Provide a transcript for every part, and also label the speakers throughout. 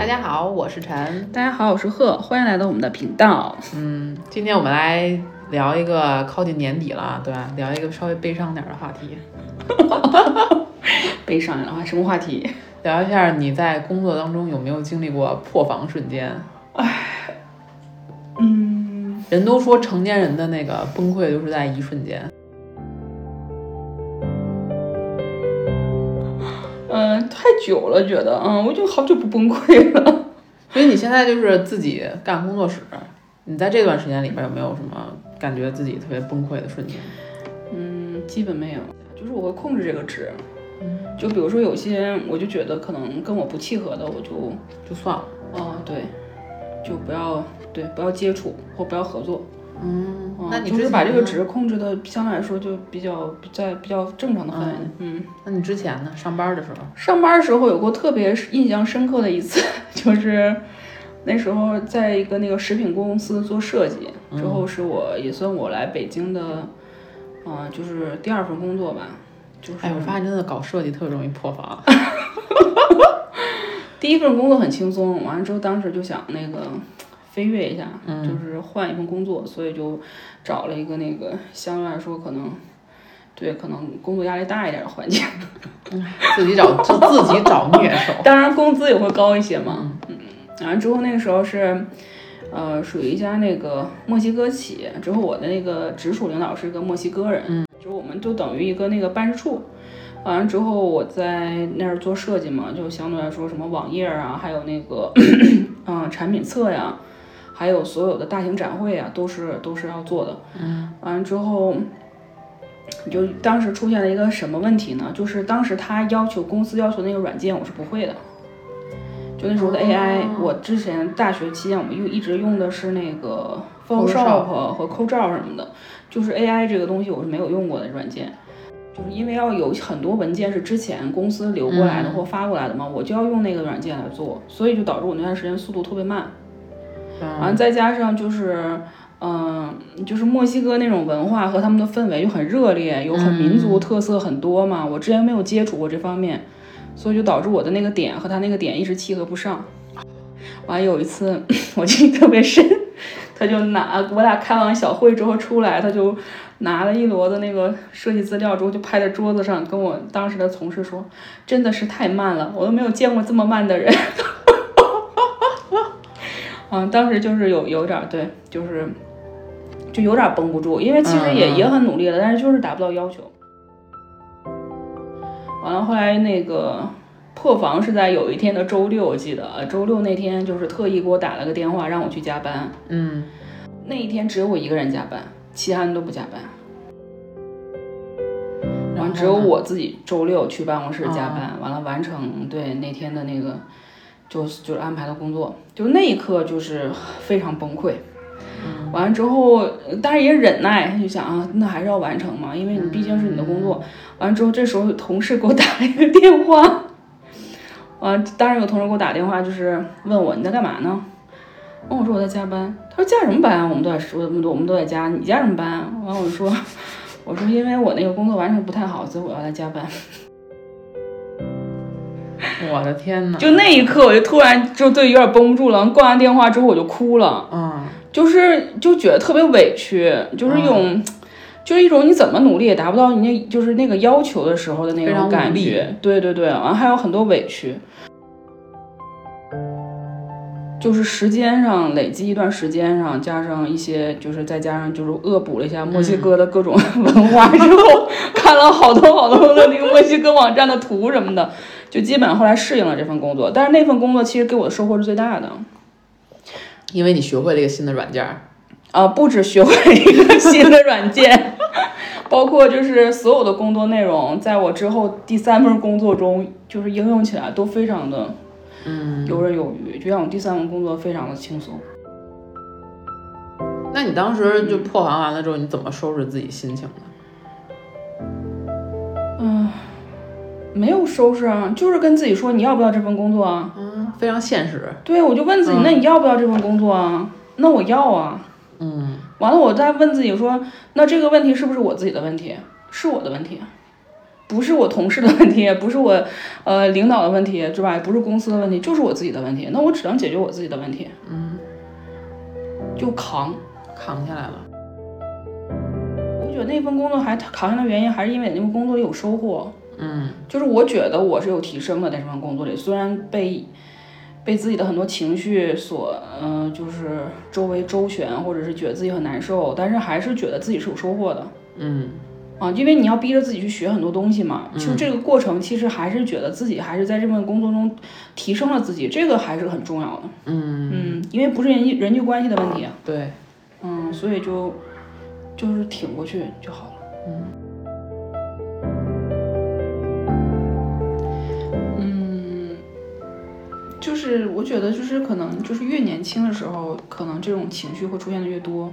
Speaker 1: 家好，我是陈。
Speaker 2: 大家好，我是贺，欢迎来到我们的频道。
Speaker 1: 今天我们来聊一个靠近年底了，对吧？聊一个稍微悲伤点的话题。
Speaker 2: 悲伤的话，什么话题？
Speaker 1: 聊一下你在工作当中有没有经历过破防瞬间？人都说成年人的那个崩溃都是在一瞬间。
Speaker 2: 太久了，觉得我就好久不崩溃了。
Speaker 1: 所以你现在就是自己干工作室，你在这段时间里边有没有什么感觉自己特别崩溃的瞬间？
Speaker 2: 基本没有，就是我会控制这个值。就比如说有些我就觉得可能跟我不契合的，我就
Speaker 1: 算了。
Speaker 2: 对，就不要接触或不要合作。
Speaker 1: 那你
Speaker 2: 就是把这个值控制的相对来说就比较正常的范围内。
Speaker 1: 那你之前呢？上班的时
Speaker 2: 候有过特别印象深刻的一次，就是那时候在一个那个食品公司做设计，之后是也算我来北京的，就是第二份工作吧。就是
Speaker 1: 我发现真的搞设计特别容易破防。
Speaker 2: 第一份工作很轻松，完了之后当时就想那个飞跃一下，就是换一份工作，所以就找了一个那个相对来说可能工作压力大一点的环境。
Speaker 1: 自己找虐手。
Speaker 2: 当然工资也会高一些嘛。然后之后那个时候是属于一家那个墨西哥企业，之后我的那个直属领导是一个墨西哥人，就是我们就等于一个那个办事处。完了之后我在那儿做设计嘛，就相对来说什么网页啊，还有那个产品册呀，还有所有的大型展会啊，都是要做的。完了之后就当时出现了一个什么问题呢？就是当时公司要求那个软件我是不会的。就那时候的 AI，我之前大学期间我们一直用的是那个 Photoshop 和 CorelDRAW 什么的，就是 AI 这个东西我是没有用过的软件。就是因为要有很多文件是之前公司留过来的或发过来的嘛，我就要用那个软件来做，所以就导致我那段时间速度特别慢。完了再加上就是就是墨西哥那种文化和他们的氛围就很热烈，有很民族特色很多嘛，我之前没有接触过这方面，所以就导致我的那个点和他那个点一直契合不上。完了有一次我记得特别深，他就我俩开完小会之后出来，他就拿了一摞的那个设计资料之后就拍在桌子上，跟我当时的同事说，真的是太慢了，我都没有见过这么慢的人。当时就是有点对，就有点绷不住，因为其实也很努力了，但是就是达不到要求。完了后来那个破防是在有一天的周六，我记得周六那天就是特意给我打了个电话让我去加班。那一天只有我一个人加班，其他人都不加班。完只有我自己周六去办公室加班，完了完成对那天的那个就是安排的工作，就那一刻就是非常崩溃。完了之后当然也忍耐，就想那还是要完成嘛，因为你毕竟是你的工作。完了之后这时候有同事给我打了一个电话，当然有同事给我打电话，就是问我你在干嘛呢？我说我在加班。他说加什么班？我们都在加，你加什么班？完了我说因为我那个工作完成不太好，所以我要来加班。
Speaker 1: 我的天哪！
Speaker 2: 就那一刻我就突然有点绷不住了，挂完电话之后我就哭了。就觉得特别委屈，就是就是一种你怎么努力也达不到你就是那个要求的时候的那种感觉。对，完了还有很多委屈，就是时间上累积一段时间上，加上一些就是再加上就是恶补了一下墨西哥的各种文化之后，看了好多的那个墨西哥网站的图什么的，就基本上后来适应了这份工作。但是那份工作其实给我的收获是最大的，
Speaker 1: 因为你学会了一个新的软件。
Speaker 2: 不止学会了一个新的软件，包括就是所有的工作内容，在我之后第3份工作中，就是应用起来都非常的游刃有余，就让我第3份工作非常的轻松。
Speaker 1: 那你当时就破防完了之后，你怎么收拾自己心情
Speaker 2: 呢？没有收拾啊，就是跟自己说你要不要这份工作啊？
Speaker 1: 非常现实。
Speaker 2: 对，我就问自己，那你要不要这份工作啊？那我要啊。完了我再问自己说，那这个问题是不是我自己的问题？是我的问题。 不是我同事的问题，不是我领导的问题，是吧？也不是公司的问题，就是我自己的问题。那我只能解决我自己的问题，就扛
Speaker 1: 下来了。
Speaker 2: 我觉得那份工作还扛下来的原因，还是因为那份工作里有收获。就是我觉得我是有提升的，在这份工作里，虽然被自己的很多情绪所就是周围周旋，或者是觉得自己很难受，但是还是觉得自己是有收获的。因为你要逼着自己去学很多东西嘛，就这个过程其实还是觉得自己还是在这份工作中提升了自己，这个还是很重要的。因为不是人际关系的问题。
Speaker 1: 对。
Speaker 2: 所以就是挺过去就好了。就是我觉得就是可能就是越年轻的时候，可能这种情绪会出现的越多。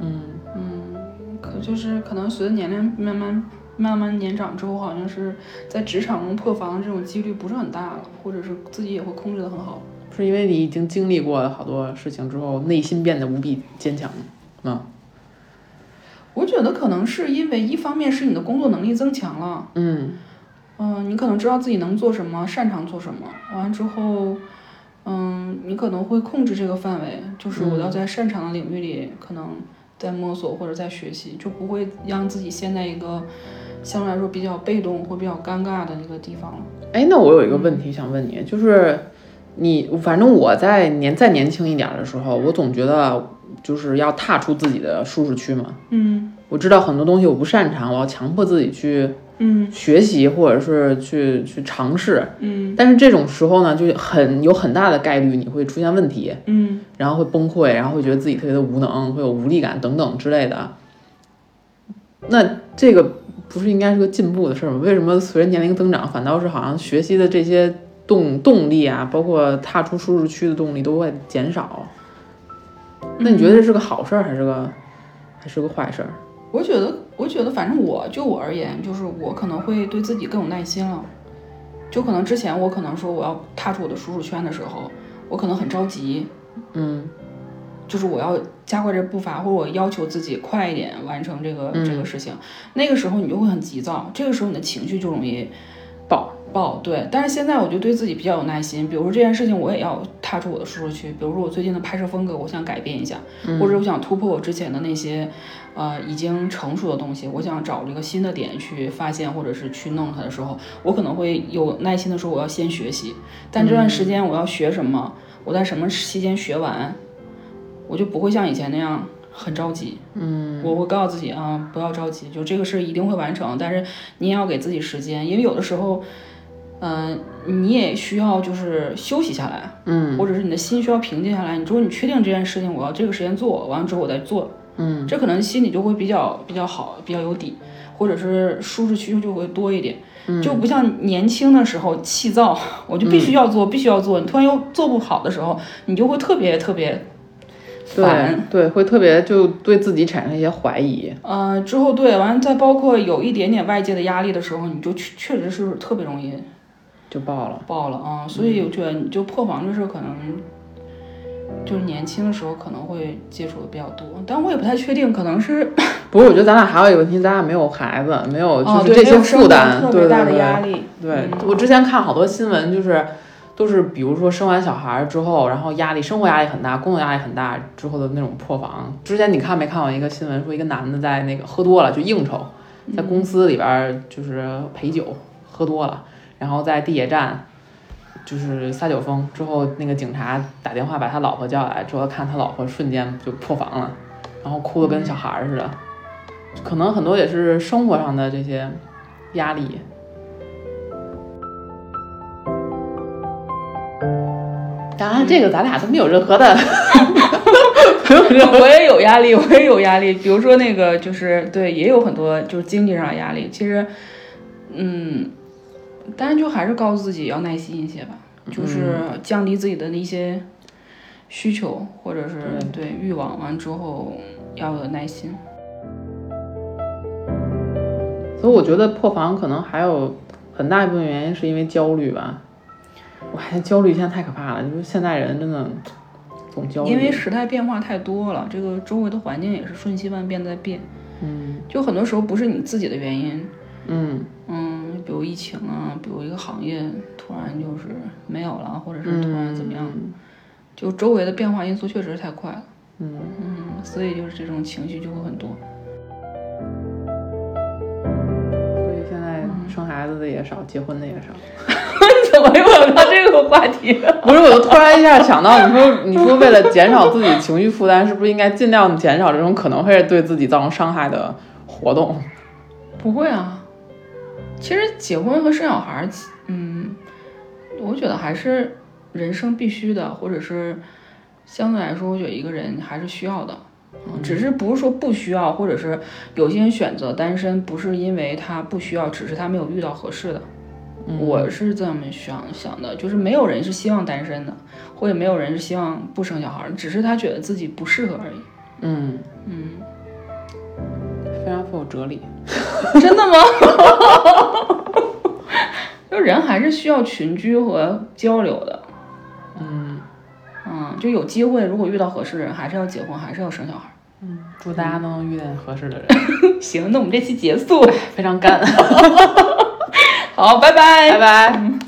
Speaker 2: 可能随着年龄慢慢年长之后，好像是在职场中破防的这种几率不是很大了，或者是自己也会控制得很好。
Speaker 1: 是因为你已经经历过好多事情之后，内心变得无比坚强吗？
Speaker 2: 我觉得可能是因为一方面是你的工作能力增强了。你可能知道自己能做什么，擅长做什么，完了之后你可能会控制这个范围，就是我要在擅长的领域里可能在摸索或者在学习，就不会让自己陷在一个相对来说比较被动或比较尴尬的一个地方了。
Speaker 1: 那我有一个问题想问你，就是反正我再年轻一点的时候，我总觉得就是要踏出自己的舒适区嘛。我知道很多东西我不擅长，我要强迫自己去学习或者是去尝试。但是这种时候呢，就有很大的概率你会出现问题。然后会崩溃，然后会觉得自己特别的无能，会有无力感等等之类的。那这个不是应该是个进步的事吗？为什么随着年龄增长，反倒是好像学习的这些动力啊，包括踏出舒适区的动力都会减少？那你觉得这是个好事还是个坏事？
Speaker 2: 我觉得反正就我而言，就是我可能会对自己更有耐心了。就可能之前我可能说我要踏出我的舒适圈的时候，我可能很着急。就是我要加快这步伐，或者我要求自己快一点完成这个事情。那个时候你就会很急躁，这个时候你的情绪就容易爆。对，但是现在我就对自己比较有耐心。比如说这件事情，我也要踏出我的舒适区。比如说我最近的拍摄风格，我想改变一下，或者我想突破我之前的那些已经成熟的东西，我想找这个新的点去发现，或者是去弄它的时候，我可能会有耐心的说我要先学习。但这段时间我要学什么，我在什么期间学完，我就不会像以前那样很着急。我会告诉自己不要着急，就这个事一定会完成，但是你也要给自己时间，因为有的时候你也需要就是休息下来，或者是你的心需要平静下来。你说你确定这件事情我要这个时间做完了之后我再做，这可能心里就会比较好，比较有底，或者是舒适区就会多一点。就不像年轻的时候气躁，我就必须要做，必须要做，你突然又做不好的时候，你就会特别烦。
Speaker 1: 对，会特别就对自己产生一些怀疑。
Speaker 2: 之后对，完了再包括有一点点外界的压力的时候，你就确实是特别容易
Speaker 1: 就爆了
Speaker 2: 啊。所以我觉得你就破防这事可能就是年轻的时候可能会接触的比较多，但我也不太确定，可能是
Speaker 1: 不是？我觉得咱俩还有一个问题，咱俩没有孩子，没有就是这些负担，
Speaker 2: 特别大的压力。
Speaker 1: 对，我之前看好多新闻，都是比如说生完小孩之后，然后生活压力很大，工作压力很大之后的那种破防。之前你看没看过一个新闻，说一个男的在那个喝多了就应酬，在公司里边就是陪酒喝多了，然后在地铁站就是撒酒疯之后，那个警察打电话把他老婆叫来之后，看他老婆瞬间就破防了，然后哭得跟小孩似的。可能很多也是生活上的这些压力。当然这个咱俩都没有任何的
Speaker 2: 我也有压力，比如说那个就是对，也有很多就是经济上的压力。其实当然就还是告诉自己要耐心一些吧，就是降低自己的一些需求或者是对欲望，完之后要有耐心。
Speaker 1: 所以我觉得破防可能还有很大一部分原因是因为焦虑吧。哇，焦虑现在太可怕了，就是现代人真的总焦虑。
Speaker 2: 因为时代变化太多了，这个周围的环境也是瞬息万变在变。就很多时候不是你自己的原因。 比如疫情啊，比如一个行业突然就是没有了，或者是突然怎么样，就周围的变化因素确实太快了。所以就是这种情绪就会很多。
Speaker 1: 所以现在生孩子的也少，结婚的也少。
Speaker 2: 怎么又聊到这个话题？
Speaker 1: 不是，我就突然一下想到，你说为了减少自己情绪负担，是不是应该尽量减少这种可能会对自己造成伤害的活动？
Speaker 2: 不会啊，其实结婚和生小孩，我觉得还是人生必须的，或者是相对来说，我觉得一个人还是需要的。只是不是说不需要，或者是有些人选择单身，不是因为他不需要，只是他没有遇到合适的。我是这么想的，就是没有人是希望单身的，或者没有人是希望不生小孩，只是他觉得自己不适合而已。
Speaker 1: 非常富有哲理。
Speaker 2: 真的吗？就人还是需要群居和交流的。就有机会，如果遇到合适的人，还是要结婚，还是要生小孩。
Speaker 1: 祝大家都能遇见合适的人。
Speaker 2: 行，那我们这期结束，
Speaker 1: 非常干。
Speaker 2: 好，拜拜，
Speaker 1: 拜拜。